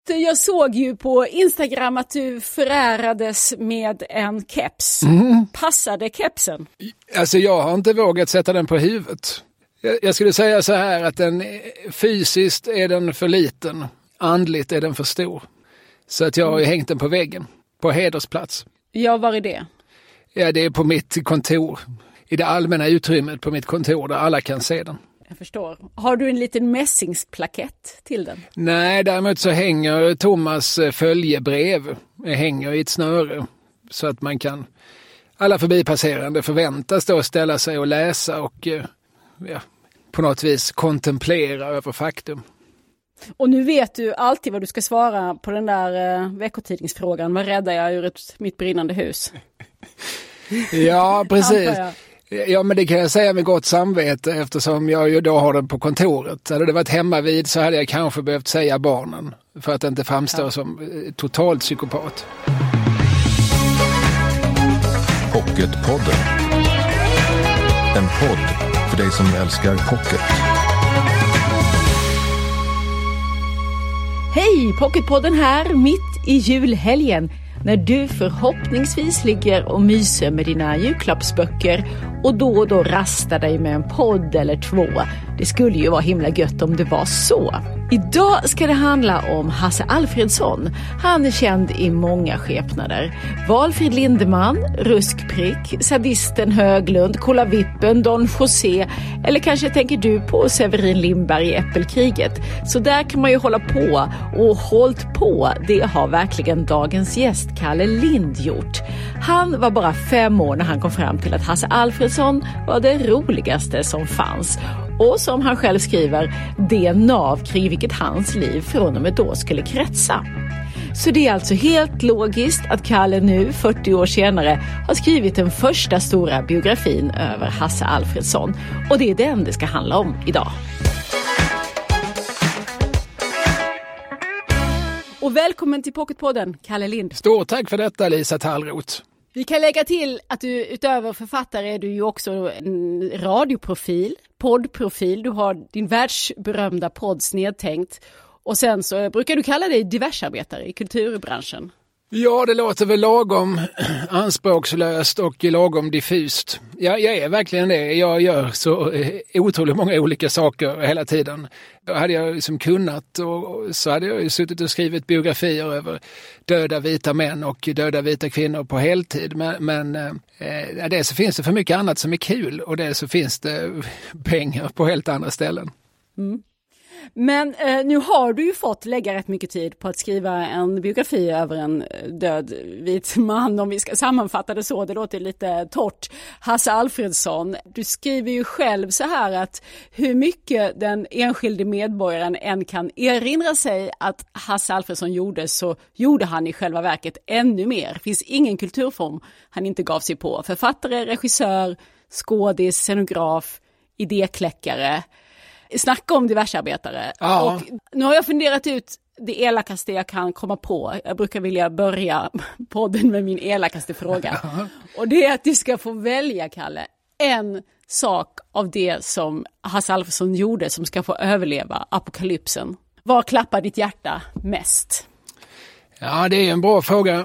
Jag såg ju på Instagram att du förärades med en keps. Passade kepsen? Alltså jag har inte vågat sätta den på huvudet. Jag skulle säga så här att den fysiskt är den för liten, andligt är den för stor. Så att jag har ju hängt den på väggen, på hedersplats. Ja, var är det? Ja, det är på mitt kontor. I det allmänna utrymmet på mitt kontor där alla kan se den. Jag förstår. Har du en liten mässingsplakett till den? Nej, däremot så hänger Thomas följebrev. Hänger i ett snöre så att man kan, alla förbipasserande förväntas då ställa sig och läsa och på något vis kontemplera över faktum. Och nu vet du alltid vad du ska svara på den där veckotidningsfrågan. Vad räddar jag ur mitt brinnande hus? Ja, precis. Ja, men det kan jag säga med gott samvete eftersom jag ju då har den på kontoret. Hade det varit hemma vid så hade jag kanske behövt säga barnen för att inte framstå som totalt psykopat. Pocketpodden. En podd för dig som älskar pocket. Hej, Pocketpodden här mitt i julhelgen. När du förhoppningsvis ligger och myser med dina julklappsböcker och då rastar dig med en podd eller två. Det skulle ju vara himla gött om det var så. Idag ska det handla om Hasse Alfredson. Han är känd i många skepnader. Valfrid Lindeman, Ruskprick, sadisten Höglund, Kolavippen, Don José eller kanske tänker du på Severin Lindberg i Äppelkriget. Så där kan man ju hålla på och hållt på. Det har verkligen dagens gäst Kalle Lind gjort. Han var bara 5 år när han kom fram till att Hasse Alfredson var det roligaste som fanns. Och som han själv skriver, det nav kring vilket hans liv från och med då skulle kretsa. Så det är alltså helt logiskt att Kalle nu, 40 år senare, har skrivit den första stora biografin över Hasse Alfredson. Och det är den det ska handla om idag. Och välkommen till Pocketpodden, Kalle Lind. Stort tack för detta, Lisa Tallroth. Vi kan lägga till att du utöver författare är du ju också en radioprofil, poddprofil. Du har din världsberömda podd Snedtänkt. Och sen så brukar du kalla dig diversarbetare i kulturbranschen. Ja, det låter väl lagom anspråkslöst och lagom diffust. Jag är verkligen det. Jag gör så otroligt många olika saker hela tiden. Då hade jag liksom kunnat och så hade jag ju suttit och skrivit biografier över döda vita män och döda vita kvinnor på heltid. Men det så finns det för mycket annat som är kul och det så finns det pengar på helt andra ställen. Mm. Men nu har du ju fått lägga rätt mycket tid på att skriva en biografi över en död vit man, om vi ska sammanfatta det så, det låter lite torrt. Hasse Alfredson, du skriver ju själv så här att hur mycket den enskilde medborgaren än kan erinra sig att Hasse Alfredson gjorde, så gjorde han i själva verket ännu mer. Det finns ingen kulturform han inte gav sig på. Författare, regissör, skådis, scenograf, idékläckare. Snacka om diversarbetare. Ja. Och nu har jag funderat ut det elakaste jag kan komma på. Jag brukar vilja börja podden med min elakaste fråga. Och det är att du ska få välja, Kalle, en sak av det som Hasse Alfredson gjorde som ska få överleva apokalypsen. Var klappar ditt hjärta mest? Ja, det är en bra fråga.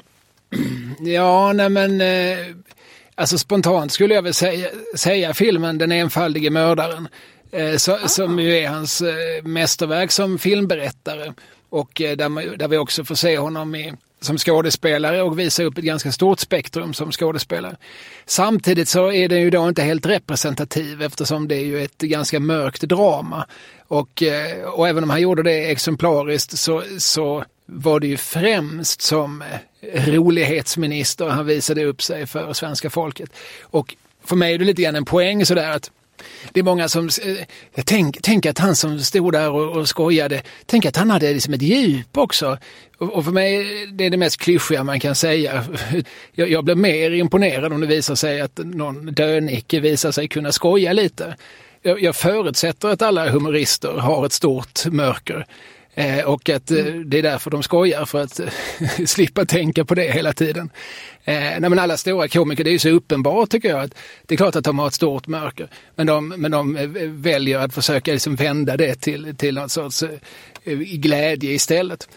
Ja, nej men... alltså spontant skulle jag väl säga filmen Den enfaldige mördaren. Som ju är hans mästerverk som filmberättare och där vi också får se honom som skådespelare och visa upp ett ganska stort spektrum som skådespelare. Samtidigt så är den ju då inte helt representativ eftersom det är ju ett ganska mörkt drama och även om han gjorde det exemplariskt så var det ju främst som rolighetsminister han visade upp sig för svenska folket. Och för mig är det lite grann en poäng sådär att det är många som tänker att han som stod där och skojade, tänker att han hade liksom ett djup också. Och för mig det är det mest klyschiga man kan säga. Jag blir mer imponerad om det visar sig att någon dönicke visar sig kunna skoja lite. Jag förutsätter att alla humorister har ett stort mörker. Och att det är därför de skojar, för att slippa tänka på det hela tiden. Men alla stora komiker, det är ju så uppenbart tycker jag, att det är klart att de har ett stort mörker, men de väljer att försöka liksom vända det till någon sorts glädje istället.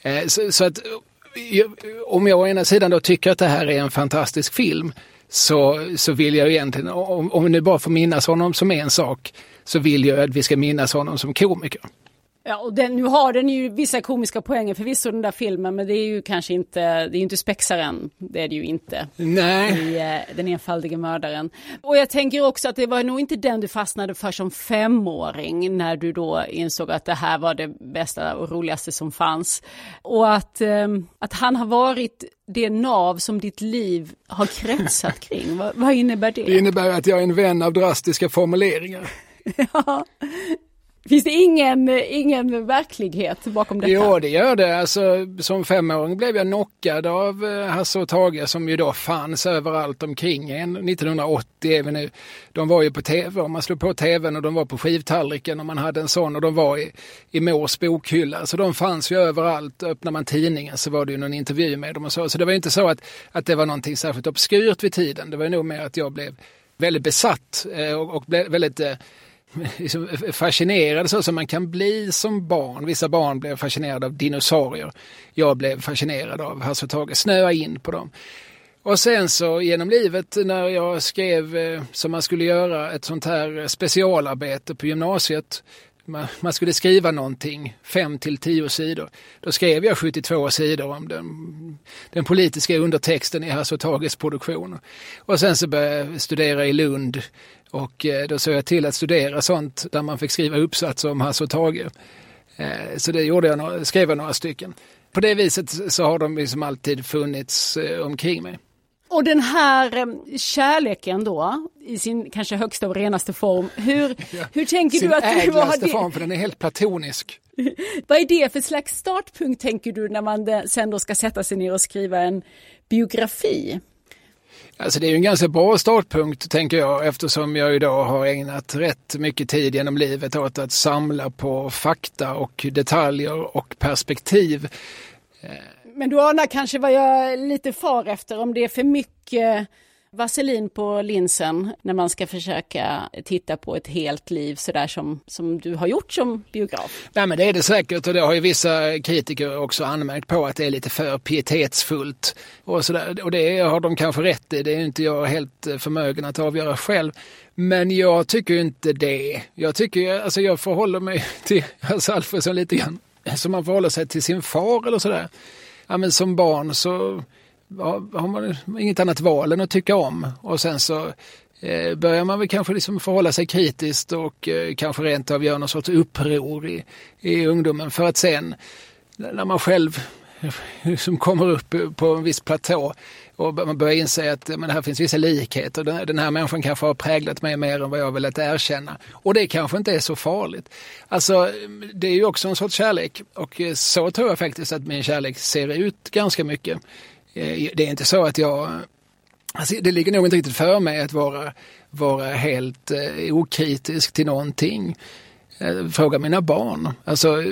Så att om jag å ena sidan då tycker att det här är en fantastisk film, så vill jag egentligen, om vi nu bara får minnas honom som en sak, så vill jag att vi ska minnas honom som komiker. Ja, och nu har den ju vissa komiska poänger förvisso, den där filmen, men det är ju kanske inte, det är ju inte spexaren, det är det ju inte. Nej. I Den enfaldige mördaren. Och jag tänker också att det var nog inte den du fastnade för som 5-åring, när du då insåg att det här var det bästa och roligaste som fanns. Och att han har varit det nav som ditt liv har kretsat kring. Vad innebär det? Det innebär att jag är en vän av drastiska formuleringar. Ja. Finns det ingen verklighet bakom detta? Jo, det gör det. Alltså, som 5-åring blev jag knockad av Hasse och Tage, som ju då fanns överallt omkring en. 1980 är vi nu. De var ju på tv, och man slog på tvn, och de var på skivtallriken, och man hade en sån, och de var i mors bokhylla. Så de fanns ju överallt. Öppnar man tidningen så var det ju någon intervju med dem och så. Så det var ju inte så att det var någonting särskilt obskyrt vid tiden. Det var ju nog mer att jag blev väldigt besatt och blev väldigt fascinerad, så som man kan bli som barn. Vissa barn blev fascinerade av dinosaurier. Jag blev fascinerad av Hasse och Tage, snöa in på dem. Och sen så genom livet, när jag skrev som man skulle göra ett sånt här specialarbete på gymnasiet, man skulle skriva någonting 5-10 sidor. Då skrev jag 72 sidor om den politiska undertexten i Hasse och Tages produktion. Och sen så började jag studera i Lund, och då såg jag till att studera sånt där man fick skriva uppsats om Hasse och Tage. Så det gjorde jag, skrev jag några stycken. På det viset så har de liksom alltid funnits omkring mig. Och den här kärleken då, i sin kanske högsta och renaste form, hur tänker du att du har det? Form, för den är helt platonisk. Vad är det för slags startpunkt, tänker du, när man sen då ska sätta sig ner och skriva en biografi? Alltså det är ju en ganska bra startpunkt, tänker jag, eftersom jag idag har ägnat rätt mycket tid genom livet åt att samla på fakta och detaljer och perspektiv. Men du anar kanske vad jag lite far efter, om det är för mycket vaselin på linsen när man ska försöka titta på ett helt liv sådär som du har gjort som biograf. Nej, men det är det säkert, och det har ju vissa kritiker också anmärkt på, att det är lite för pietetsfullt och sådär. Och det har de kanske rätt i, det är inte jag helt förmögen att avgöra själv. Men jag tycker inte det. Jag förhåller mig till Hasse Alfredson lite grann som man förhåller sig till sin far eller sådär. Ja, men som barn så har man inget annat val än att tycka om. Och sen så börjar man väl kanske liksom förhålla sig kritiskt och kanske rent av göra någon sorts uppror i ungdomen. För att sen, när man själv som kommer upp på en viss platå och man börjar inse att men här finns vissa likheter. Den här människan kanske har präglat mig mer än vad jag vill att erkänna. Och det kanske inte är så farligt. Alltså, det är ju också en sorts kärlek. Och så tror jag faktiskt att min kärlek ser ut ganska mycket. Det är inte så att det ligger nog inte riktigt för mig att vara helt okritisk till någonting. Fråga mina barn. Alltså,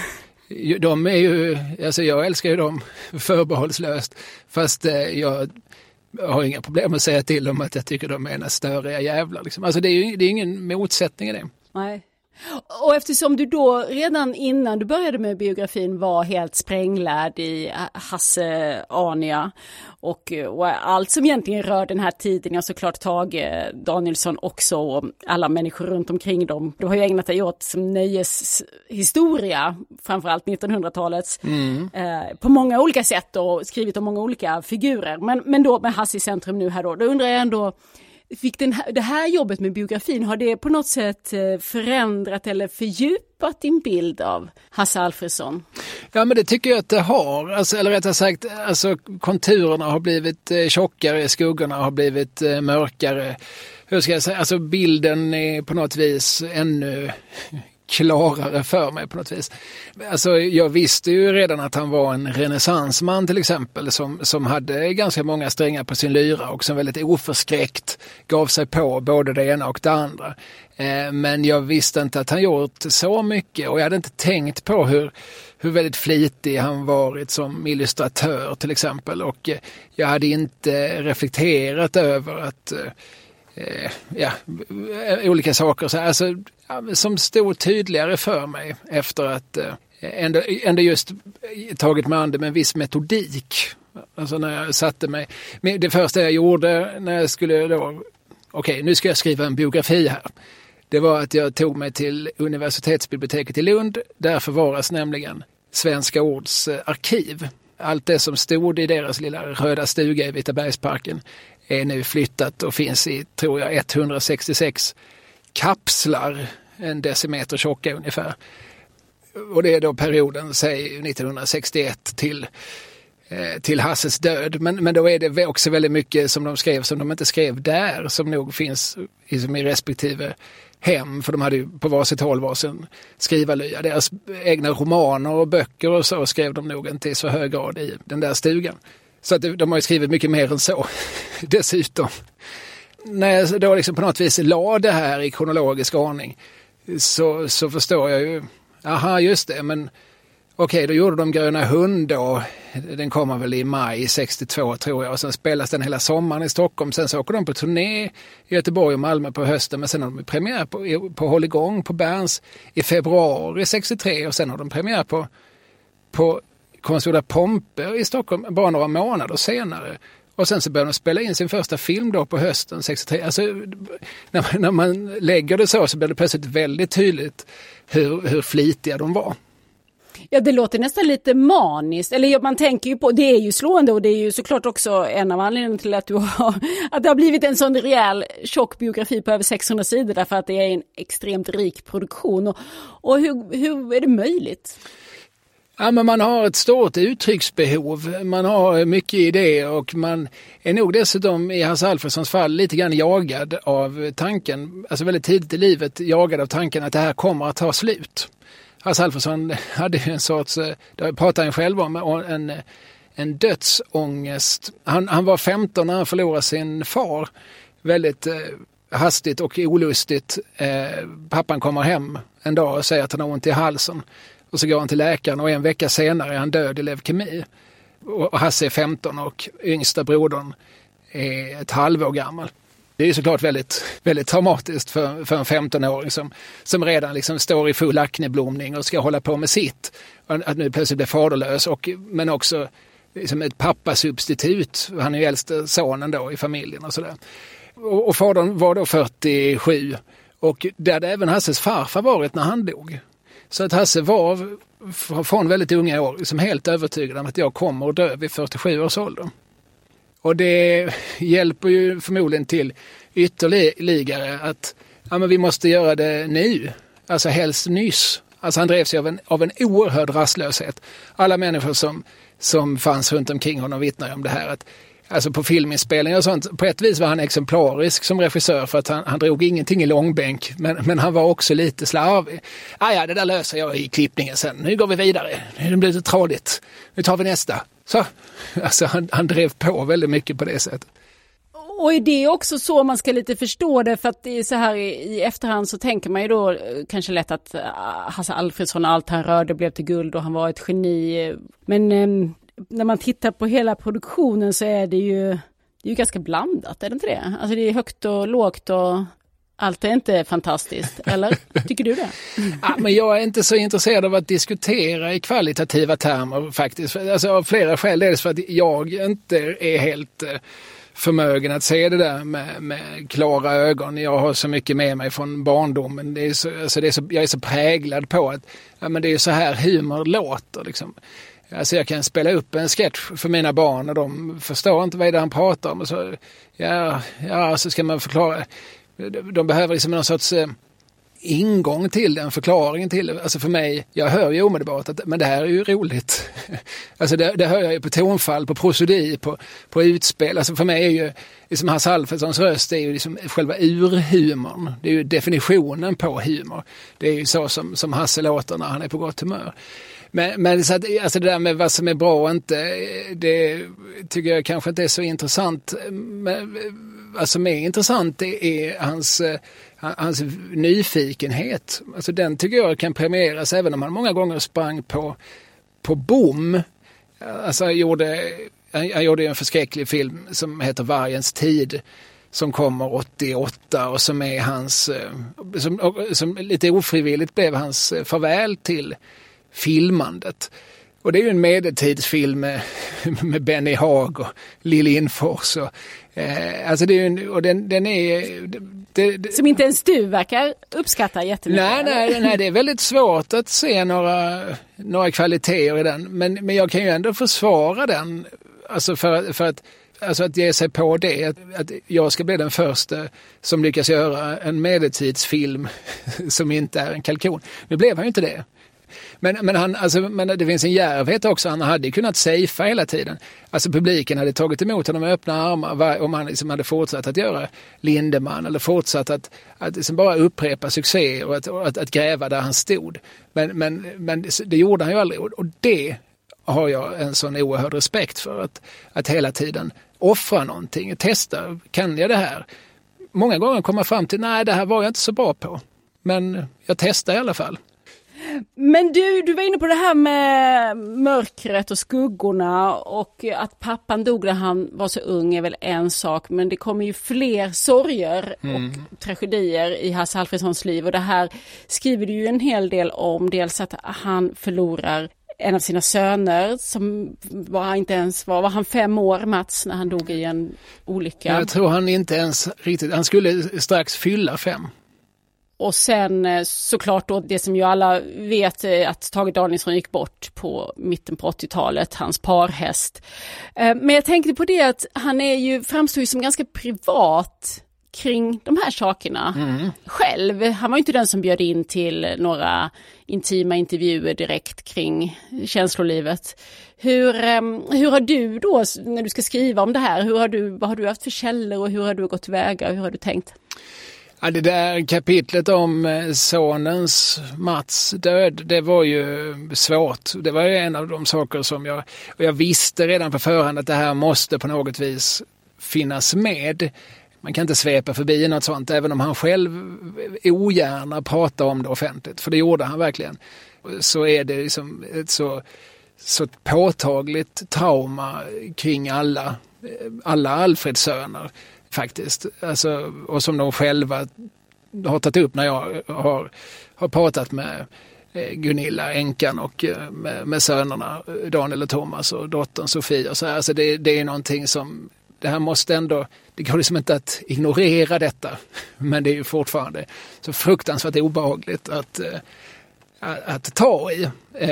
de är ju, alltså jag älskar ju dem förbehållslöst, fast jag har inga problem att säga till dem att jag tycker de är störiga jävlar. Liksom. Alltså det är ingen motsättning i det. Nej. Och eftersom du då redan innan du började med biografin var helt spränglärd i Hasse Ania och allt som egentligen rör den här tiden, jag såklart Tage Danielsson också och alla människor runt omkring dem. Du har ju ägnat dig åt som nöjeshistoria, framförallt 1900-talets, på många olika sätt och skrivit om många olika figurer. Men då med Hasse i centrum nu här då undrar jag ändå, fick det här jobbet med biografin, har det på något sätt förändrat eller fördjupat din bild av Hasse Alfredson? Ja, men det tycker jag att det har. Alltså, eller rättare sagt, alltså, konturerna har blivit tjockare, skuggorna har blivit mörkare. Hur ska jag säga? Alltså, bilden är på något vis ännu klarare för mig på något vis. Alltså, jag visste ju redan att han var en renässansman till exempel, som hade ganska många strängar på sin lyra och som väldigt oförskräckt gav sig på både det ena och det andra. Men jag visste inte att han gjort så mycket, och jag hade inte tänkt på hur väldigt flitig han varit som illustratör till exempel, och jag hade inte reflekterat över att olika saker så här, alltså, som stod tydligare för mig efter att ändå just tagit mig an det med en viss metodik. Alltså när jag satte mig, det första jag gjorde när jag skulle då, okej, nu ska jag skriva en biografi här. Det var att jag tog mig till universitetsbiblioteket i Lund. Där förvaras nämligen Svenska Ords arkiv. Allt det som stod i deras lilla röda stuga i Vitabergsparken är nu flyttat och finns i, tror jag, 166 kapslar, en decimeter tjocka ungefär. Och det är då perioden, säg 1961 till Hasses död. Men då är det också väldigt mycket som de skrev som de inte skrev där, som nog finns i respektive hem, för de hade ju på varsitt håll varsin skrivarlya. Deras egna romaner och böcker och så skrev de nog inte i så hög grad i den där stugan. Så att de har ju skrivit mycket mer än så dessutom. När jag då liksom på något vis la det här i kronologisk ordning så förstår jag ju, aha just det, men okej, då gjorde de Gröna hund då. Den kommer väl i maj 62 tror jag. Och sen spelas den hela sommaren i Stockholm. Sen så åker de på turné i Göteborg och Malmö på hösten. Men sen har de premiär på Hålligång på Berns i februari 63. Och sen har de premiär på Konstgjorda Pomper i Stockholm bara några månader senare. Och sen så började de spela in sin första film då på hösten 63. Alltså när man lägger det så blir det plötsligt väldigt tydligt hur flitiga de var. Ja, det låter nästan lite maniskt. Eller man tänker ju på, det är ju slående och det är ju såklart också en av anledningarna till att att det har blivit en sån rejäl tjock biografi på över 600 sidor, därför att det är en extremt rik produktion. Och hur är det möjligt? Ja, men man har ett stort uttrycksbehov, man har mycket idéer och man är nog dessutom i Hasse Alfredsons fall lite grann jagad av tanken, alltså väldigt tidigt i livet jagad av tanken att det här kommer att ta slut. Hasse Alfredsson hade ju en sorts, det pratar han själv om, en dödsångest. Han var 15 när han förlorade sin far. Väldigt hastigt och olustigt. Pappan kommer hem en dag och säger att han har ont i halsen. Och så går han till läkaren och en vecka senare är han död i leukemi. Och Hasse är 15 och yngsta brodern är ett halvår gammal. Det är ju såklart väldigt, väldigt traumatiskt för en 15-åring som redan liksom står i full akneblomning och ska hålla på med sitt. Att nu plötsligt blir faderlös, men också liksom ett pappasubstitut. Han är ju äldste sonen då i familjen och sådär. Och fadern var då 47 och det hade även Hasses farfar varit när han dog. Så att Hasse var från väldigt unga år liksom helt övertygad om att jag kommer att dö vid 47 års ålder. Och det hjälper ju förmodligen till ytterligare att men vi måste göra det nu. Alltså helst nyss. Alltså han drevs av en oerhörd rastlöshet. Alla människor som fanns runt omkring honom vittnar om det här. Att, alltså på filminspelningar och sånt. På ett vis var han exemplarisk som regissör för att han drog ingenting i långbänk. Men han var också lite slarvig. Ja, det där löser jag i klippningen sen. Nu går vi vidare. Nu blir det trådigt. Nu tar vi nästa. Så, alltså han drev på väldigt mycket på det sättet. Och är det också så man ska lite förstå det, för att det är så här i efterhand så tänker man ju då kanske lätt att Hasse Alfredsson, allt han rörde blev till guld och han var ett geni. Men när man tittar på hela produktionen så är det ju ganska blandat, är det inte det? Alltså det är högt och lågt och allt är inte fantastiskt, eller? Tycker du det? Ja, men jag är inte så intresserad av att diskutera i kvalitativa termer faktiskt. Alltså av flera skäl. Dels för att jag inte är helt förmögen att se det där med klara ögon. Jag har så mycket med mig från barndomen. Jag är så präglad på att men det är så här humor låter liksom. Alltså jag kan spela upp en sketch för mina barn och de förstår inte vad det är han pratar om. Och så, så ska man förklara. De behöver liksom någon sorts ingång till det, en förklaring till det. Alltså för mig, jag hör ju omedelbart att men det här är ju roligt. Alltså det hör jag ju på tonfall, på prosodi, på utspel. Alltså för mig är ju liksom Hasse Alfredsons röst är ju liksom själva urhumorn. Det är ju definitionen på humor. Det är ju så som Hasse låter när han är på gott humör. Men så att, alltså det där med vad som är bra och inte, det tycker jag kanske inte är så intressant. Men vad som är intressant är hans nyfikenhet. Alltså den tycker jag kan premieras även om han många gånger sprang på bom. Alltså han gjorde en förskräcklig film som heter Vargens tid som kommer 88 och som är hans som lite ofrivilligt blev hans farväl till filmandet. Och det är ju en medeltidsfilm med Benny Haag och Lill Lindfors. Alltså det är ju och den är... Som inte ens du verkar uppskatta jättemycket. Nej, det är väldigt svårt att se några kvaliteter i den. Men jag kan ju ändå försvara den. Alltså för att ge sig på det. Att jag ska bli den första som lyckas göra en medeltidsfilm som inte är en kalkon. Nu blev han ju inte det. Men det finns en djärvhet också. Han hade kunnat safea hela tiden. Alltså publiken hade tagit emot honom med öppna armar om han liksom hade fortsatt att göra Lindemann eller fortsatt att liksom bara upprepa succé och att gräva där han stod. Men det gjorde han ju aldrig. Och det har jag en sån oerhörd respekt för. Att hela tiden offra någonting, testa, kan jag det här? Många gånger kommer jag fram till, nej det här var jag inte så bra på. Men jag testar i alla fall. Men du var inne på det här med mörkret och skuggorna och att pappan dog när han var så ung är väl en sak, men det kommer ju fler sorger och tragedier i Hasse Alfredsons liv och det här skriver du ju en hel del om, dels att han förlorar en av sina söner som var han 5 år, Mats, när han dog i en olycka. Jag tror han inte ens riktigt, han skulle strax fylla 5. Och sen såklart då det som ju alla vet att Tage Danielsson gick bort på mitten på 80-talet, hans parhäst. Men jag tänkte på det att han framstår ju som ganska privat kring de här sakerna själv. Han var ju inte den som bjöd in till några intima intervjuer direkt kring känslolivet. Hur har du då, när du ska skriva om det här, vad har du haft för källor och hur har du gått tillväga och hur har du tänkt? Ja, det där kapitlet om sonens Mats död, det var ju svårt. Det var ju en av de saker som jag visste redan på förhand att det här måste på något vis finnas med. Man kan inte svepa förbi något sånt, även om han själv ogärna pratar om det offentligt. För det gjorde han verkligen. Så är det liksom ett så påtagligt trauma kring alla Alfreds söner. Faktiskt. Alltså, och som de själva har tagit upp när jag har pratat med Gunilla, änkan och med sönerna Daniel och Thomas och dottern Sofie. Och så här. Alltså det är någonting som, det här måste ändå, det går liksom inte att ignorera detta. Men det är ju fortfarande så fruktansvärt obehagligt att ta i.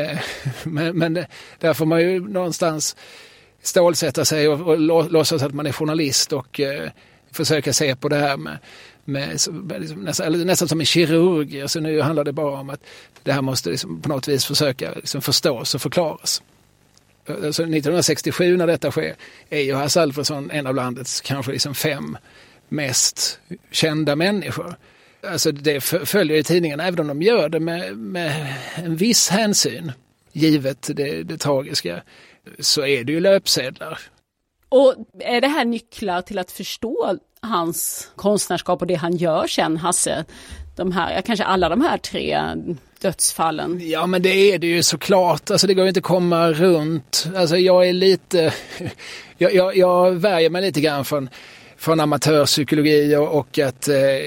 Men där får man ju någonstans stålsätta sig och låtsas att man är journalist och försöka se på det här med nästan som en kirurg. Alltså nu handlar det bara om att det här måste liksom på något vis försöka liksom förstås och förklaras. Alltså 1967 när detta sker är ju Hasse Alfredson en av landets kanske liksom 5 mest kända människor. Alltså det följer i tidningarna, även om de gör det med en viss hänsyn, givet det tragiska, så är det ju löpsedlar. Och är det här nycklar till att förstå hans konstnärskap och det han gör sen, Hasse? Kanske alla de här 3 dödsfallen. Ja, men det är det ju såklart. Alltså det går ju inte att komma runt. Alltså jag är lite... jag värjer mig lite grann från amatörpsykologi och att,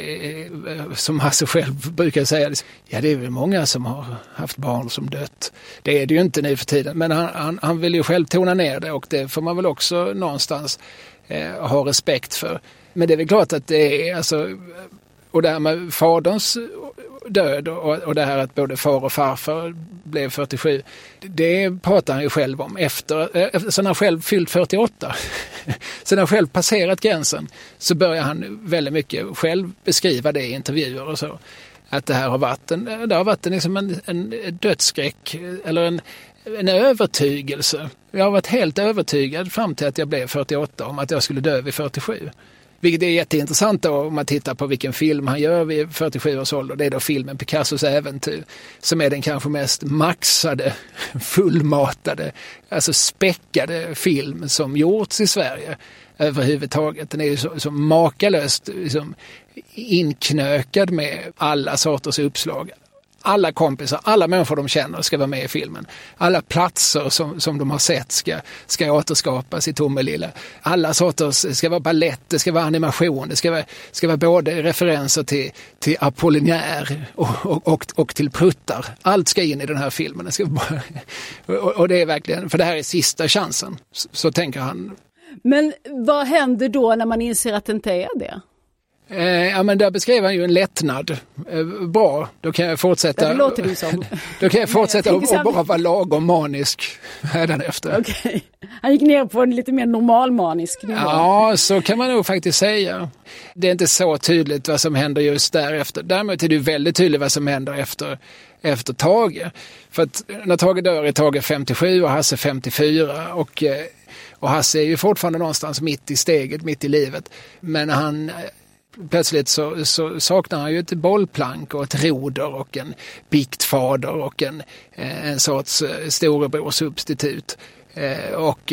som Hasse själv brukar säga, ja det är väl många som har haft barn som dött. Det är det ju inte nu för tiden, men han vill ju själv tona ner det och det får man väl också någonstans ha respekt för. Men det är väl klart att det är, alltså, och det här med faderns död och det här att både far och farfar blev 47, det pratar han ju själv om efter så när han själv fyllt 48. Så när han själv passerat gränsen så börjar han väldigt mycket själv beskriva det i intervjuer och så. Att det här har varit en dödsskräck eller en övertygelse. Jag har varit helt övertygad fram till att jag blev 48 om att jag skulle dö vid 47. Vilket är jätteintressant då, om man tittar på vilken film han gör vid 47 års ålder. Det är då filmen Picassos äventyr som är den kanske mest maxade, fullmatade, alltså späckade film som gjorts i Sverige överhuvudtaget. Den är ju så makalöst liksom inknökad med alla sorters uppslag. alla kompisar, alla människor de känner ska vara med i filmen. Alla platser som de har sett ska återskapas i Tomelilla. Alla sorters, det ska vara ballett, det ska vara animation, det ska vara både referenser till Apollinaire och till pruttar. Allt ska in i den här filmen. Det ska bara, och det är verkligen, för det här är sista chansen, så tänker han. Men vad händer då när man inser att det inte är det? Ja, men där beskrev han ju en lättnad. Bra, då kan jag fortsätta. Det låter du som. Då kan jag fortsätta och bara vara lagom manisk hädanefter. Okej. Han gick ner på en lite mer normal manisk nivå. Ja, så kan man nog faktiskt säga. Det är inte så tydligt vad som händer just därefter. Däremot är det väldigt tydligt vad som händer efter Tage. För att när Tage dör är Tage 57 och Hasse 54 och Hasse är ju fortfarande någonstans mitt i steget, mitt i livet. Men han plötsligt så saknar han ju ett bollplank och ett roder och en biktfader och en sorts storebror-substitut. Och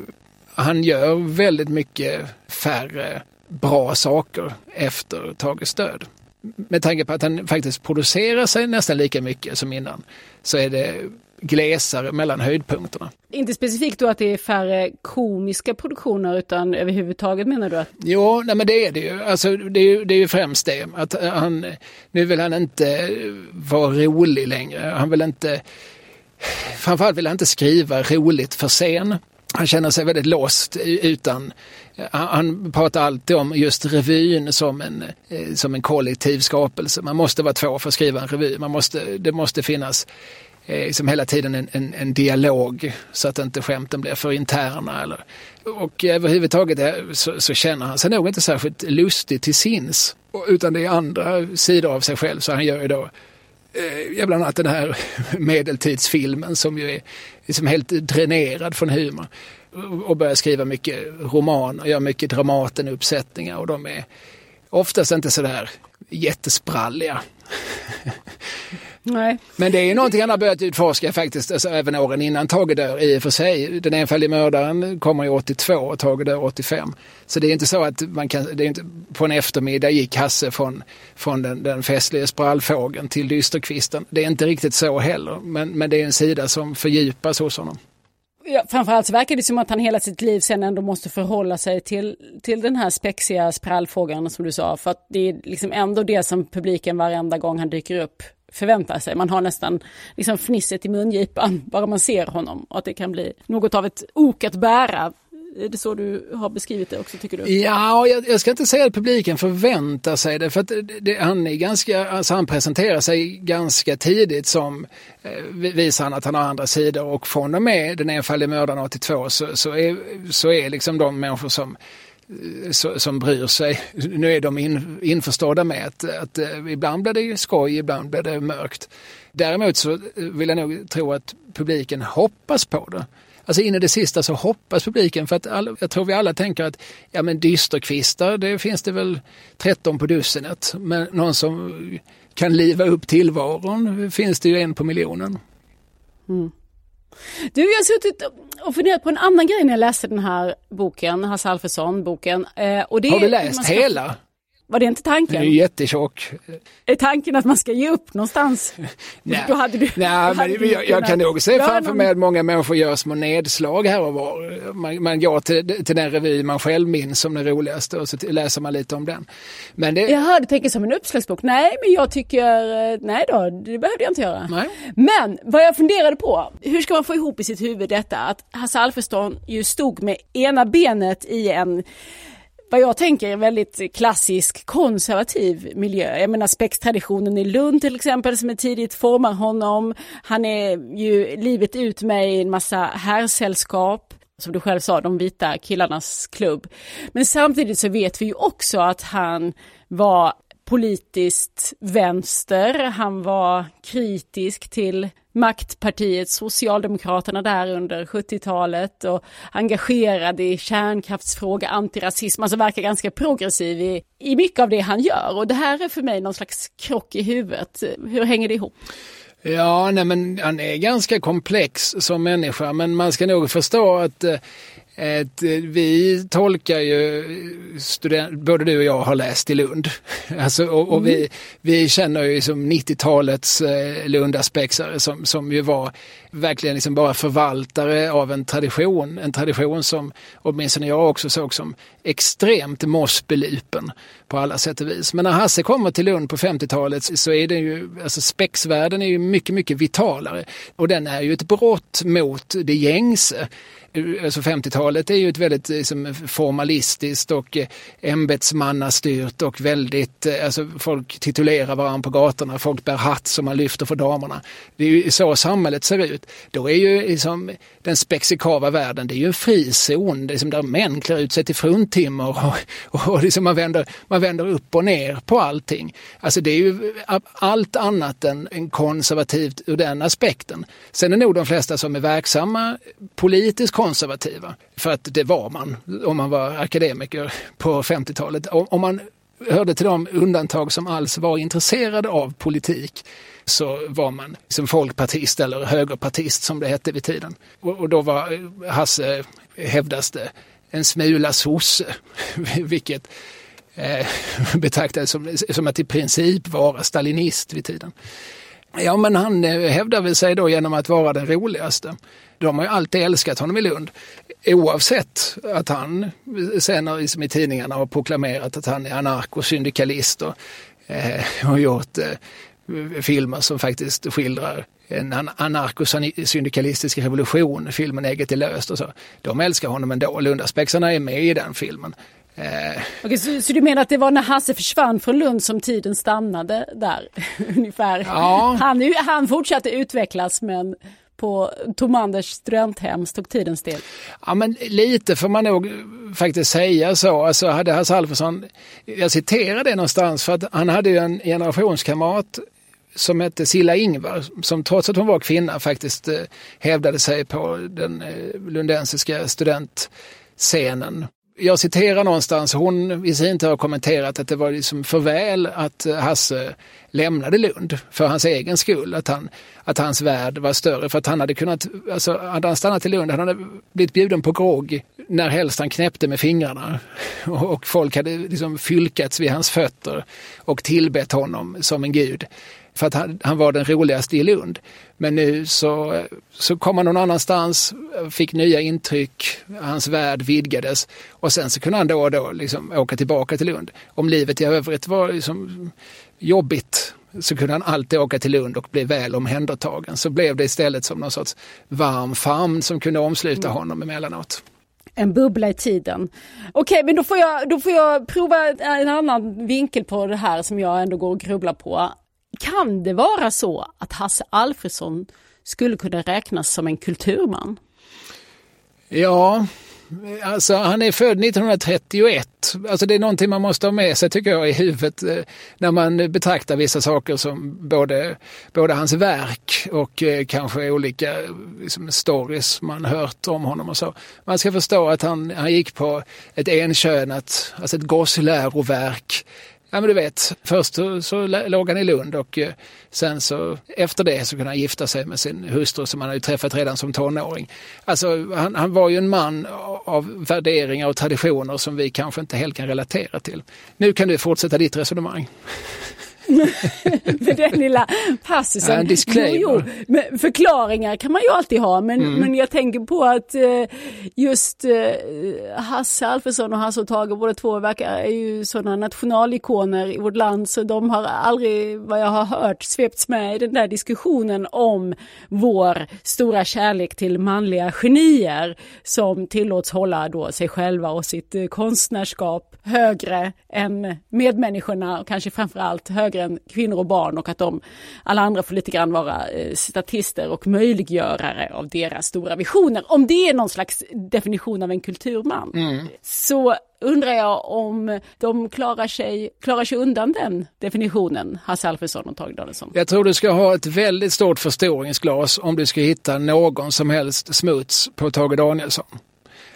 han gör väldigt mycket färre bra saker efter Tages död. Med tanke på att han faktiskt producerar sig nästan lika mycket som innan, så är det glesare mellan höjdpunkterna. Inte specifikt då att det är färre komiska produktioner, utan överhuvudtaget menar du att... Jo, nej, men det är det ju. Alltså, det är ju främst det. Att nu vill han inte vara rolig längre. Han vill inte... Framförallt vill han inte skriva roligt för scen. Han känner sig väldigt låst utan... Han pratar alltid om just revyn som en kollektiv skapelse. Man måste vara två för att skriva en revy. Det måste finnas som hela tiden en dialog så att inte skämten blir för interna. Och överhuvudtaget så känner han sig nog inte särskilt lustig till sinns, utan det är andra sidor av sig själv. Så han gör ju då bland annat den här medeltidsfilmen som ju är liksom helt dränerad från humor, och börjar skriva mycket roman och gör mycket Dramaten-uppsättningar, och de är oftast inte sådär jättespralliga. Nej. Men det är ju någonting han har börjat utforska faktiskt, alltså, även åren innan Tage dör i och för sig. Den enfaldige mördaren kommer ju 82 och Tage dör 85. Så det är inte så att det är inte på en eftermiddag gick Hasse från den festliga sprallfågeln till dysterkvisten. Det är inte riktigt så heller, men det är en sida som fördjupas hos honom. Ja, framförallt så verkar det som att han hela sitt liv sen ändå måste förhålla sig till den här spexiga sprallfågeln som du sa. För att det är liksom ändå det som publiken varenda gång han dyker upp förväntar sig. Man har nästan liksom fnisset i mungipan bara man ser honom. Och att det kan bli något av ett ok att bära. Är det så du har beskrivit det också, tycker du? Ja, jag ska inte säga att publiken förväntar sig det, för att han presenterar sig ganska tidigt som visar han att han har andra sidor, och från och med den enfaldige mördaren 82 så är liksom de människor som bryr sig, nu är de införstådda med att ibland blir det skoj, ibland blir det mörkt. Däremot så vill jag nog tro att publiken hoppas på det. Alltså in i det sista så hoppas publiken, för att jag tror vi alla tänker att ja, men dysterkvistar, det finns det väl 13 på dussinet, men någon som kan liva upp tillvaron finns det ju 1 på miljonen. Mm. Du, jag har suttit och funderat på en annan grej när jag läste den här boken, Hasse Alfredson-boken. Och det har du läst hela? Var det inte tanken? Det är jättetjock. Är tanken att man ska ge upp någonstans? Nej, jag kan nog se framför mig att många människor gör små nedslag här och var. Man går till den revy man själv minns som den roligaste, och så läser man lite om den. Men jag hörde tänka som en uppslagsbok. Nej, men jag tycker... Nej då, det behövde jag inte göra. Nej. Men vad jag funderade på, hur ska man få ihop i sitt huvud detta? Att Hasse Alfredson ju stod med ena benet i en... vad jag tänker är väldigt klassisk konservativ miljö. Jag menar spextraditionen i Lund till exempel, som är tidigt formar honom. Han är ju livet ut med i en massa herrsällskap, som du själv sa, de vita killarnas klubb. Men samtidigt så vet vi ju också att han var politiskt vänster. Han var kritisk till maktpartiet Socialdemokraterna där under 70-talet och engagerad i kärnkraftsfråga, antirasism, alltså verkar ganska progressiv i mycket av det han gör. Och det här är för mig någon slags krock i huvudet. Hur hänger det ihop? Ja, nej, men han är ganska komplex som människa, men man ska nog förstå att Vi tolkar ju både du och jag har läst i Lund. Alltså, och vi känner ju som 90-talets lundaspexare som ju var verkligen liksom bara förvaltare av en tradition som åtminstone jag också såg som extremt mossbelypen på alla sätt och vis. Men när Hasse kommer till Lund på 50-talet så är det ju, alltså spexvärlden är ju mycket, mycket vitalare och den är ju ett brott mot det gängse. Alltså 50-talet är ju ett väldigt liksom, formalistiskt och ämbetsmannastyrt och väldigt, alltså folk titulerar varandra på gatorna, folk bär hatt som man lyfter för damerna. Det är ju så samhället ser ut. Då är ju liksom, den spexikava världen, det är ju en frizon, det är som där män klär ut sig till fruntimmer och liksom man vänder upp och ner på allting. Alltså det är ju allt annat än konservativt ur den aspekten. Sen är nog de flesta som är verksamma politiskt konservativa, för att det var man om man var akademiker på 50-talet. Om man hörde till de undantag som alls var intresserade av politik så var man som folkpartist eller högerpartist som det hette vid tiden. Och då var Hasse, hävdas det, en smula sosse, vilket betraktades som att i princip vara stalinist vid tiden. Ja, men han hävdar väl sig då genom att vara den roligaste. De har ju alltid älskat honom i Lund. Oavsett att han sen liksom i tidningarna har proklamerat att han är anarkosyndikalist och har gjort filmer som faktiskt skildrar en anarkosyndikalistisk revolution. Filmen Ägget är löst och så. De älskar honom ändå. Lundaspexarna är med i den filmen. Okej, så du menar att det var när Hasse försvann från Lund som tiden stannade där ungefär? Ja. Han fortsatte utvecklas, men på Tom Anders studenthem stod tiden still. Ja, men lite får man nog faktiskt säga så. Alltså hade Hasse Alfredson, jag citerar det någonstans för att han hade ju en generationskamrat som hette Silla Ingvar, som trots att hon var kvinna faktiskt hävdade sig på den lundensiska studentscenen. Jag citerar någonstans, hon i sin tur har kommenterat att det var liksom för väl att Hasse lämnade Lund för hans egen skull, att hans värld var större, för att han hade kunnat, alltså hade han stannat i Lund, han hade blivit bjuden på grogg när helst han knäppte med fingrarna och folk hade liksom fylkats vid hans fötter och tillbett honom som en gud. För att han var den roligaste i Lund. Men nu så kom han någon annanstans, fick nya intryck, hans värld vidgades och sen så kunde han då och då liksom åka tillbaka till Lund. Om livet i övrigt var liksom jobbigt så kunde han alltid åka till Lund och bli väl omhändertagen. Så blev det istället som någon sorts varm famn som kunde omsluta honom emellanåt. En bubbla i tiden. Okej, men då får jag prova en annan vinkel på det här som jag ändå går och grubblar på. Kan det vara så att Hasse Alfredson skulle kunna räknas som en kulturman? Ja, alltså han är född 1931. Alltså det är någonting man måste ha med sig tycker jag i huvudet när man betraktar vissa saker som både hans verk och kanske olika liksom, stories man hört om honom och så. Man ska förstå att han gick på ett enkönat, alltså ett gossläroverk. Ja, men du vet, först så låg han i Lund och sen så efter det så kunde han gifta sig med sin hustru som han hade träffat redan som tonåring. Alltså han var ju en man av värderingar och traditioner som vi kanske inte helt kan relatera till. Nu kan du fortsätta ditt resonemang. För den lilla passusen. En disclaimer. Jo, men förklaringar kan man ju alltid ha, men jag tänker på att just Hasse Alfredson och Hasse och Tage, båda två är ju sådana nationalikoner i vårt land, så de har aldrig, vad jag har hört, svepts med i den där diskussionen om vår stora kärlek till manliga genier som tillåts hålla då sig själva och sitt konstnärskap högre än medmänniskorna och kanske framförallt högre än kvinnor och barn, och att alla andra får lite grann vara statister och möjliggörare av deras stora visioner. Om det är någon slags definition av en kulturman så undrar jag om de klarar sig undan den definitionen, Hasse Alfredson och Tage Danielsson. Jag tror du ska ha ett väldigt stort förstoringsglas om du ska hitta någon som helst smuts på Tage Danielsson.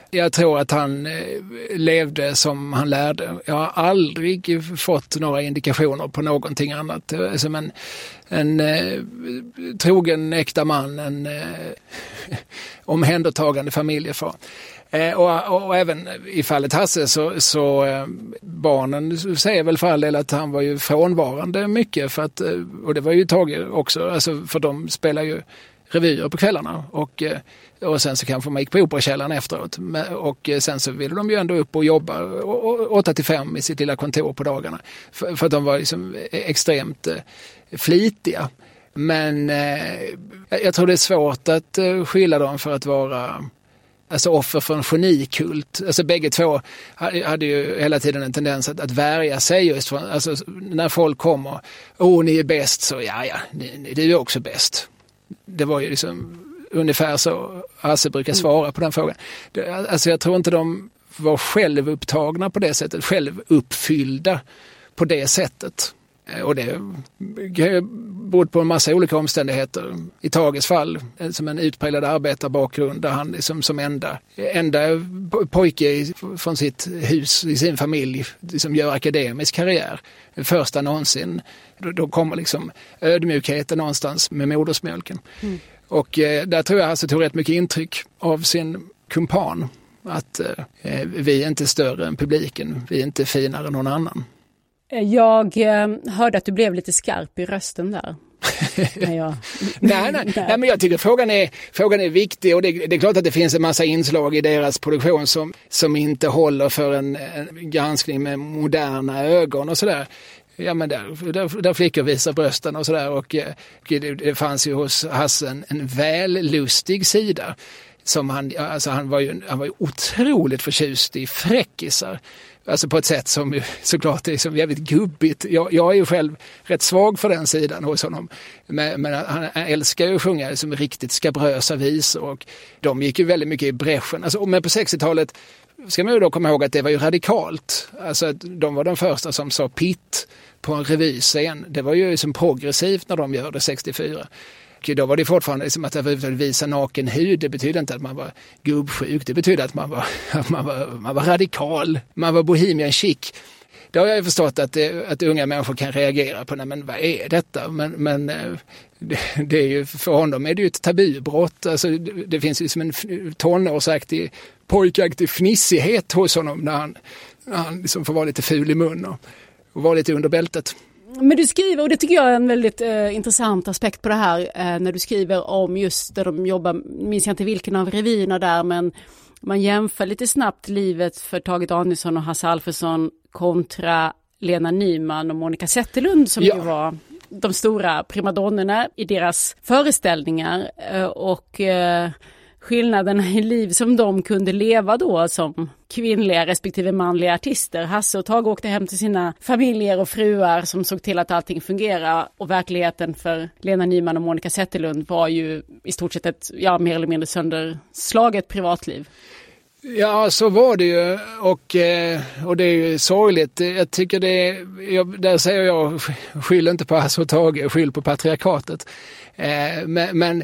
Jag tror att han levde som han lärde. Jag har aldrig fått några indikationer på någonting annat. Som en trogen äkta man, en omhändertagande familjefar. Och även i fallet Hasse så barnen säger väl för all del att han var ju frånvarande mycket för att, och det var ju Tage också, alltså för de spelar ju revyer på kvällarna och sen så kanske man gick på Operakällaren efteråt och sen så ville de ju ändå upp och jobba 8-5 i sitt lilla kontor på dagarna för att de var liksom extremt flitiga. Men jag tror det är svårt att skylla dem för att vara alltså offer för en genikult. Alltså bägge två hade ju hela tiden en tendens att värja sig just från, alltså när folk kommer, ni är bäst, så ja, du är också bäst. Det var ju liksom ungefär så Hasse brukar svara på den frågan. Alltså jag tror inte de var självupptagna på det sättet, självuppfyllda på det sättet. Och det beror på en massa olika omständigheter. I Tages fall, som en utpräglad arbetarbakgrund där han liksom som enda pojke från sitt hus i sin familj liksom gör akademisk karriär. Första någonsin. Då kommer liksom ödmjukheten någonstans med modersmjölken. Mm. Och där tror jag tog rätt mycket intryck av sin kumpan. Att vi är inte större än publiken, vi är inte finare än någon annan. Jag hörde att du blev lite skarp i rösten där. Nej, men jag tycker frågan är viktig och det är klart att det finns en massa inslag i deras produktion som inte håller för en granskning med moderna ögon och sådär. Ja, men där flickor visar brösten och sådär och det fanns ju hos Hasse en vällustig sida som han var ju otroligt förtjust i fräckisar. Alltså på ett sätt som såklart är som jävligt gubbigt. Jag är ju själv rätt svag för den sidan hos honom. Men han älskar ju att sjunga som riktigt skabrösa visor och de gick ju väldigt mycket i bräschen. Alltså, men på 60-talet ska man ju då komma ihåg att det var ju radikalt. Alltså att de var de första som sa pitt på en revyscen. Det var ju som progressivt när de gör det 64. Och då var det fortfarande liksom att visa naken hud. Det betyder inte att man var gubbsjuk. Det betyder att man var radikal. Man var bohemian chic. Det har jag ju förstått att unga människor kan reagera på. Men vad är detta? Men det är ju, för honom är det ju ett tabubrott. Alltså, det finns ju som en tonårsaktig, pojkaktig fnissighet hos honom när han liksom får vara lite ful i mun och vara lite under bältet. Men du skriver, och det tycker jag är en väldigt intressant aspekt på det här, när du skriver om just där de jobbar, minns jag inte vilken av revyerna där, men man jämför lite snabbt livet för Tage Danielsson och Hasse Alfredson kontra Lena Nyman och Monica Zetterlund som ju var de stora primadonnerna i deras föreställningar och skillnaderna i liv som de kunde leva då som kvinnliga respektive manliga artister. Hasse och Tage åkte hem till sina familjer och fruar som såg till att allting fungerar och verkligheten för Lena Nyman och Monica Zetterlund var ju i stort sett ett mer eller mindre sönderslaget privatliv. Ja, så var det ju och det är ju sorgligt. Jag tycker där säger jag skyll inte på Hasse och Tage, skyll på patriarkatet. Men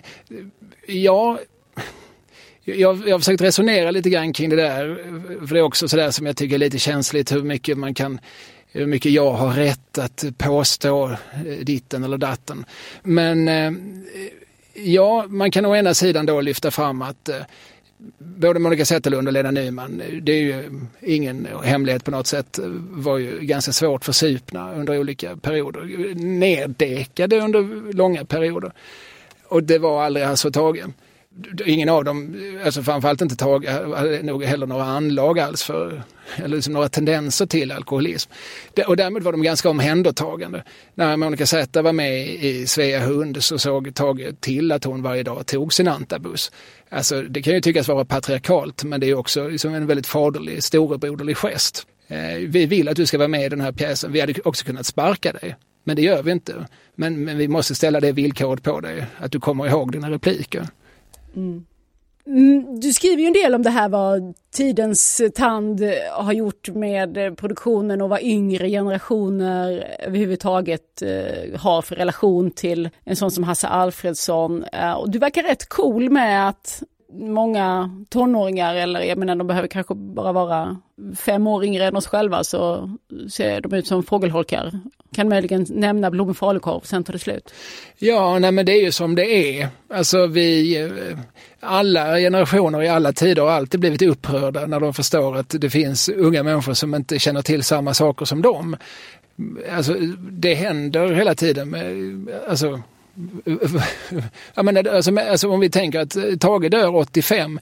jag har försökt resonera lite grann kring det där, för det är också sådär som jag tycker är lite känsligt hur mycket jag har rätt att påstå ditten eller datten. Men man kan å ena sidan då lyfta fram att både Monica Zetterlund och Lena Nyman, det är ju ingen hemlighet på något sätt, var ju ganska svårt försupna under olika perioder, neddekade under långa perioder. Och det var aldrig Hasse och Tage. Ingen av dem, alltså framförallt inte Tage, hade nog heller några anlag alls för, eller liksom några tendenser till alkoholism. Och därmed var de ganska omhändertagande. När Monica Zetter var med i Svea Hund så såg Tage till att hon varje dag tog sin antabus. Alltså det kan ju tyckas vara patriarkalt, men det är också liksom en väldigt faderlig, storebroderlig gest. Vi vill att du ska vara med i den här pjäsen. Vi hade också kunnat sparka dig, men det gör vi inte. Men vi måste ställa det villkoret på dig, att du kommer ihåg dina repliker. Du skriver ju en del om det här, vad tidens tand har gjort med produktionen och vad yngre generationer överhuvudtaget har för relation till en sån som Hasse Alfredson. Och du verkar rätt cool med att många tonåringar, eller jag menar de behöver kanske bara vara 5 år yngre än oss själva, så ser de ut som fågelholkar. Kan möjligen nämna Blom och falukorv, sen tar det slut. Ja, nej, men det är ju som det är. Alltså alla generationer i alla tider har alltid blivit upprörda när de förstår att det finns unga människor som inte känner till samma saker som dem. Alltså det händer hela tiden. Alltså om vi tänker att Tage dör 85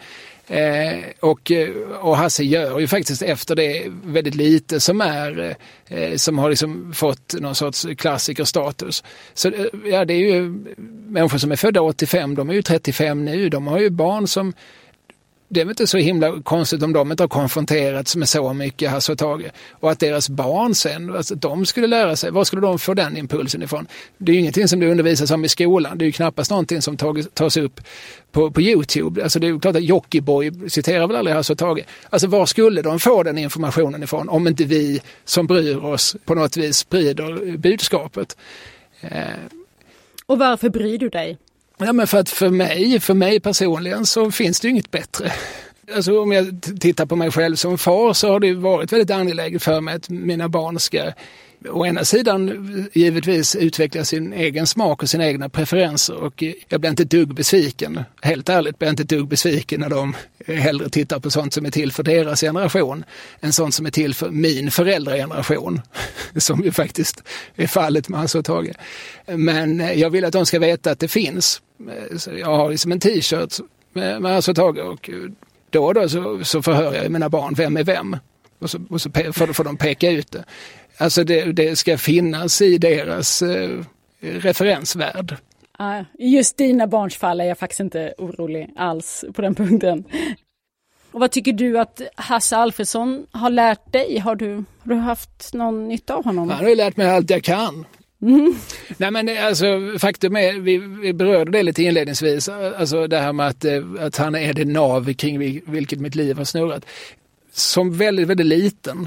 och Hasse gör ju faktiskt efter det väldigt lite som har liksom fått någon sorts klassikerstatus. Så ja, det är ju människor som är födda 85, de är ju 35 nu, de har ju barn som, det är inte så himla konstigt om de inte har konfronterats med så mycket Hasse och Tage. Och att deras barn sen, alltså, de skulle lära sig, var skulle de få den impulsen ifrån? Det är ju ingenting som det undervisas om i skolan. Det är ju knappast någonting som tas upp på YouTube. Alltså det är ju klart att Jockiboi citerar väl aldrig Hasse och Tage. Alltså var skulle de få den informationen ifrån om inte vi som bryr oss på något vis sprider budskapet? Och varför bryr du dig? Ja, men för att för mig personligen så finns det ju inget bättre. Alltså om jag tittar på mig själv som far, så har det varit väldigt angeläget för mig att mina barn ska å ena sidan givetvis utveckla sin egen smak och sina egna preferenser, och jag blir inte dugg besviken. Helt ärligt blir jag inte dugg besviken när de hellre tittar på sånt som är till för deras generation än sånt som är till för min föräldrageneration, som ju faktiskt är fallet med Hasse och Tage. Men jag vill att de ska veta att det finns. Jag har liksom en t-shirt med Hasse och Tage, och då så förhör jag mina barn vem är vem, och så får de peka ut det. Alltså det ska finnas i deras referensvärld. Just dina barns fall är jag faktiskt inte orolig alls på den punkten. Och vad tycker du att Hasse Alfredson har lärt dig? Har du haft någon nytta av honom? Han har ju lärt mig allt jag kan. Mm. Nej, men alltså faktum är, vi berörde det lite inledningsvis, alltså det här med att han är det nav kring vilket mitt liv har snurrat. Som väldigt, väldigt liten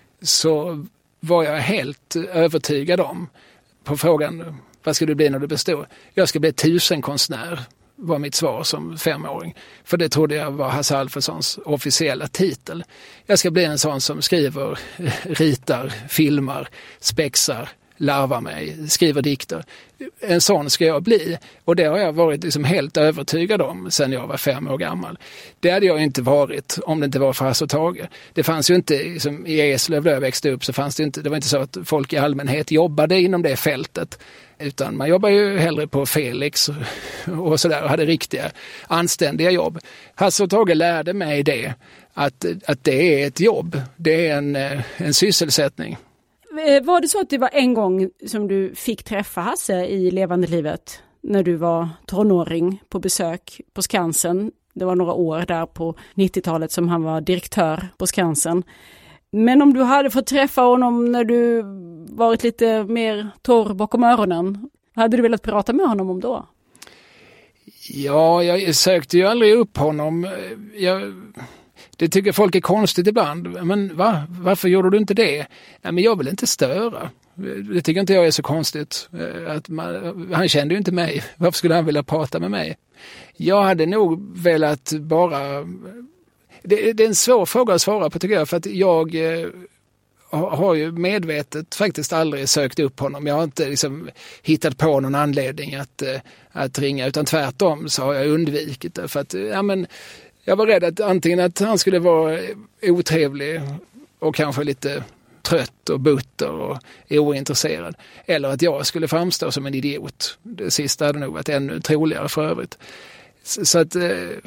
så var jag helt övertygad om, på frågan vad ska du bli när du blir stor? Jag ska bli 1000-konstnär, var mitt svar som 5-åring. För det trodde jag var Hasse Alfredsons officiella titel. Jag ska bli en sån som skriver, ritar, filmar, spexar, larvar mig, skriver dikter. En sån ska jag bli. Och det har jag varit liksom helt övertygad om sedan jag var 5 år gammal. Det hade jag inte varit om det inte var för Hasse och Tage. Det fanns ju inte, liksom, i Eslöv där jag växte upp så fanns det inte, det var inte så att folk i allmänhet jobbade inom det fältet. Utan man jobbar ju hellre på Felix och sådär, och hade riktiga anständiga jobb. Hasse och Tage lärde mig det, att det är ett jobb, det är en sysselsättning. Var det så att det var en gång som du fick träffa Hasse i levande livet när du var tonåring på besök på Skansen? Det var några år där på 90-talet som han var direktör på Skansen. Men om du hade fått träffa honom när du varit lite mer torr bakom öronen, hade du velat prata med honom om då? Ja, jag sökte ju aldrig upp honom. Det tycker folk är konstigt ibland. Men varför gjorde du inte det? Nej, men jag vill inte störa. Det tycker inte jag är så konstigt. Han kände ju inte mig. Varför skulle han vilja prata med mig? Jag hade nog velat bara... Det är en svår fråga att svara på, tycker jag. För att jag har ju medvetet faktiskt aldrig sökt upp honom. Jag har inte liksom hittat på någon anledning att ringa. Utan tvärtom så har jag undvikit det. För att, jag var rädd att antingen att han skulle vara otrevlig och kanske lite trött och butter och ointresserad. Eller att jag skulle framstå som en idiot. Det sista hade nog varit ännu troligare för övrigt. Så att...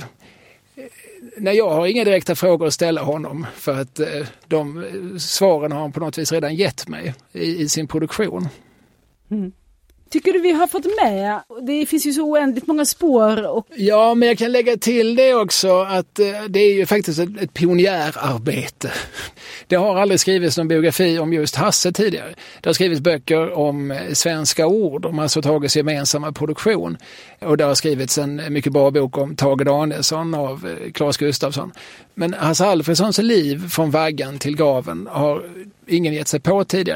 Nej, jag har inga direkta frågor att ställa honom, för att de svaren har han på något vis redan gett mig i sin produktion. Mm. Tycker du vi har fått med? Det finns ju så oändligt många spår. Ja, men jag kan lägga till det också att det är ju faktiskt ett pionjärarbete. Det har aldrig skrivits någon biografi om just Hasse tidigare. Det har skrivits böcker om svenska ord, om Hasse och Tages gemensamma produktion. Och det har skrivits en mycket bra bok om Tage Danielsson av Claes Gustafsson. Men Hasse Alfredsons liv från vaggan till graven har ingen gett sig på tidigare.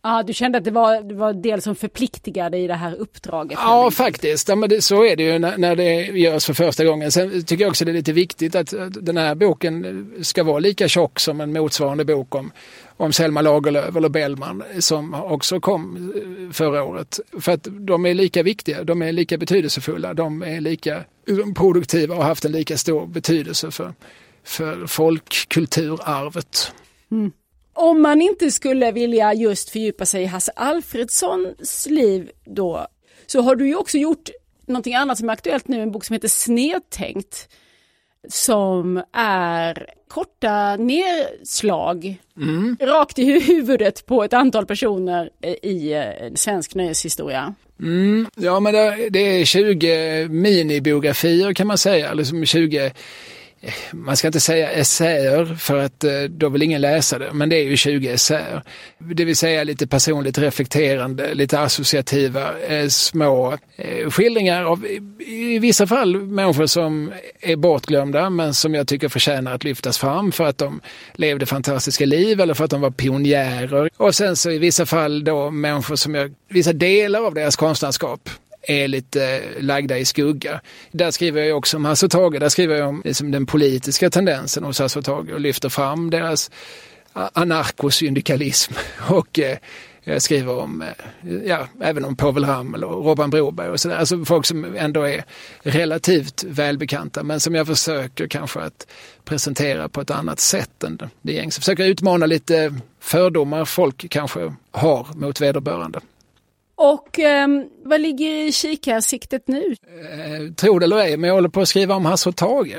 Ja, du kände att det var del som förpliktigade i det här uppdraget? Ja, faktiskt. Ja, men så är det ju när det görs för första gången. Sen tycker jag också det är lite viktigt att den här boken ska vara lika tjock som en motsvarande bok om Selma Lagerlöf eller Bellman som också kom förra året. För att de är lika viktiga, de är lika betydelsefulla, de är lika produktiva och har haft en lika stor betydelse för folkkulturarvet. Mm. Om man inte skulle vilja just fördjupa sig i Hasse Alfredsons liv då, så har du ju också gjort någonting annat som är aktuellt nu, en bok som heter Snedtänkt, som är korta nedslag rakt i huvudet på ett antal personer i svensk nöjeshistoria. Ja, men det är 20 minibiografier kan man säga, liksom 20. Man ska inte säga essäer för att då vill ingen läsa det, men det är ju 20 essäer. Det vill säga lite personligt reflekterande, lite associativa, små skildringar av i vissa fall människor som är bortglömda men som jag tycker förtjänar att lyftas fram för att de levde fantastiska liv eller för att de var pionjärer. Och sen så i vissa fall då människor som vissa delar av deras konstnärskap är lite lagda i skugga. Där skriver jag också om Hasse och Tage. Där skriver jag om liksom den politiska tendensen hos Hasse och Tage och lyfter fram deras anarkosyndikalism. Och jag skriver om, även om Povel Ramel och Robban Broberg och sådär. Alltså folk som ändå är relativt välbekanta men som jag försöker kanske att presentera på ett annat sätt än det gängs. Jag försöker utmana lite fördomar folk kanske har mot vederbörande. Och vad ligger i kikarsiktet nu? Tror det eller ej, men jag håller på att skriva om Hasse och Tage.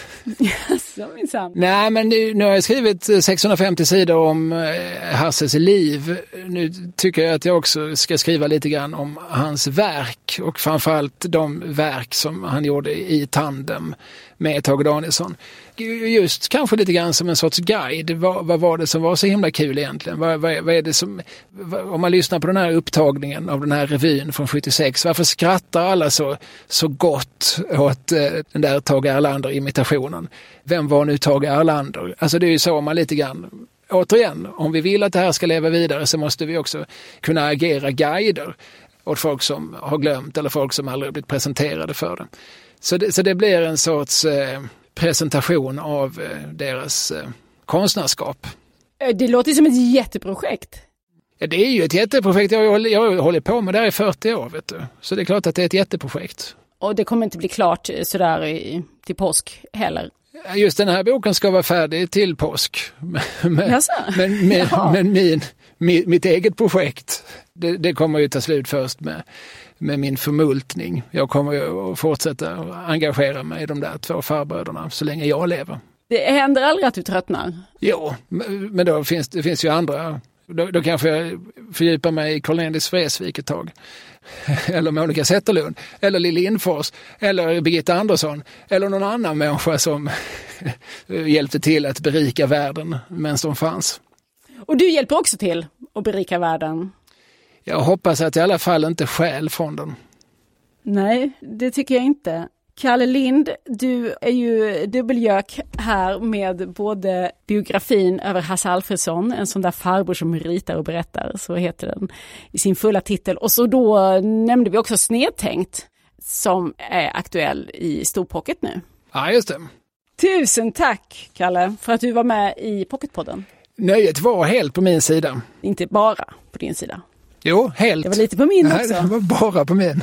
Nej, men nu har jag skrivit 650 sidor om Hasses liv. Nu tycker jag att jag också ska skriva lite grann om hans verk och framförallt de verk som han gjorde i tandem med Tage Danielsson. Just kanske lite grann som en sorts guide. Vad var det som var så himla kul egentligen? Vad är det som, om man lyssnar på den här upptagningen av den här revyn från 76, varför skrattar alla så gott åt den där Tage Erlander-imitationen? Vem var nu Tage Erlander? Alltså det är ju så man lite grann, återigen, om vi vill att det här ska leva vidare så måste vi också kunna agera guider åt folk som har glömt eller folk som aldrig blivit presenterade för det. Så det blir en sorts presentation av deras konstnärskap. Det låter som ett jätteprojekt. Ja, det är ju ett jätteprojekt. Jag har hållit på med det här i 40 år, vet du. Så det är klart att det är ett jätteprojekt. Och det kommer inte bli klart sådär till påsk heller? Just den här boken ska vara färdig till påsk. Men mitt eget projekt, det kommer ju ta slut först med min förmultning. Jag kommer ju att fortsätta engagera mig i de där 2 farbröderna så länge jag lever. Det händer aldrig att du tröttnar? Jo, men det finns ju andra. Då kanske jag fördjupar mig i Cornelis Vreeswijk ett tag. Eller Monica Zetterlund. Eller Lille Infors. Eller Birgitta Andersson. Eller någon annan människa som hjälpte till att berika världen medan de fanns. Och du hjälper också till att berika världen? Jag hoppas att i alla fall inte stjäl från den. Nej, det tycker jag inte. Kalle Lind, du är ju dubbelgök här med både biografin över Hasse Alfredsson, en sån där farbror som ritar och berättar, så heter den i sin fulla titel. Och så då nämnde vi också Snedtänkt som är aktuell i Storpocket nu. Ja, just det. Tusen tack, Kalle, för att du var med i Pocketpodden. Nöjet var helt på min sida. Inte bara på din sida. Jo, helt. Det var lite på min också. Nej, det var bara på min.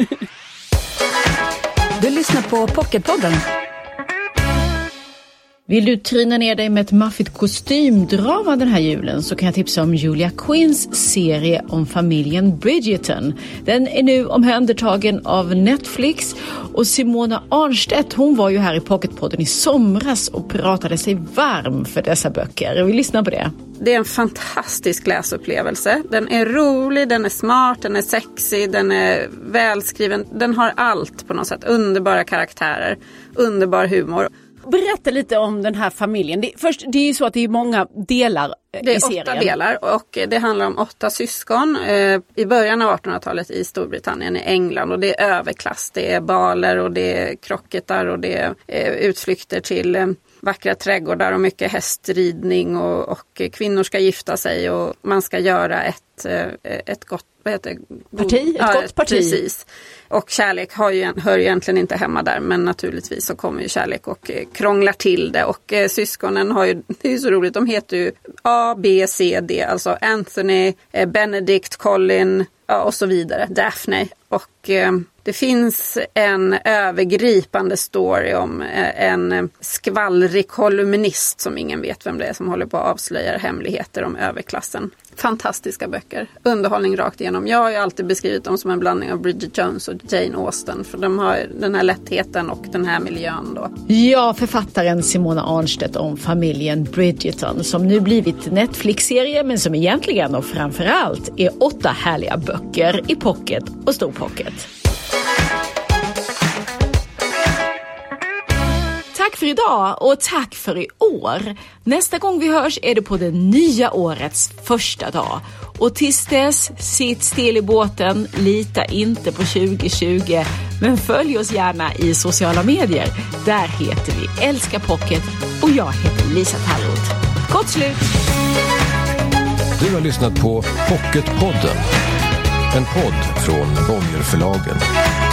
Du lyssnar på Pocketpodden. Vill du trina ner dig med ett maffigt kostymdrama den här julen så kan jag tipsa om Julia Quinns serie om familjen Bridgerton. Den är nu omhändertagen av Netflix och Simona Arnstedt, hon var ju här i Pocketpodden i somras och pratade sig varm för dessa böcker. Vi lyssnar på det. Det är en fantastisk läsupplevelse. Den är rolig, den är smart, den är sexig, den är välskriven. Den har allt på något sätt. Underbara karaktärer, underbar humor. Berätta lite om den här familjen. Det är ju så att det är många delar i serien. Det är 8 delar och det handlar om 8 syskon i början av 1800-talet i Storbritannien, i England. Och det är överklass, det är baler och det är krocketar och det är utflykter till vackra trädgårdar och mycket hästridning och kvinnor ska gifta sig och man ska göra ett gott parti. Ett gott parti. Precis. Och kärlek hör egentligen inte hemma där, men naturligtvis så kommer ju kärlek och krånglar till det. Och syskonen det är ju så roligt, de heter ju A, B, C, D, alltså Anthony, Benedict, Colin och så vidare, Daphne. Och det finns en övergripande story om en skvallrig kolumnist som ingen vet vem det är, som håller på att avslöja hemligheter om överklassen. Fantastiska böcker. Underhållning rakt igenom. Jag har ju alltid beskrivit dem som en blandning av Bridget Jones och Jane Austen. För de har den här lättheten och den här miljön då. Ja, författaren Simona Arnstedt om familjen Bridgerton som nu blivit Netflix-serie men som egentligen och framförallt är 8 härliga böcker i pocket och stor pocket. Tack för idag och tack för i år. Nästa gång vi hörs är det på det nya årets första dag. Och tills dess, sitt still i båten, lita inte på 2020. Men följ oss gärna i sociala medier. Där heter vi Älska Pocket och jag heter Lisa Tallroth. Gott slut! Du har lyssnat på Pocketpodden. En podd från Bonnierförlagen.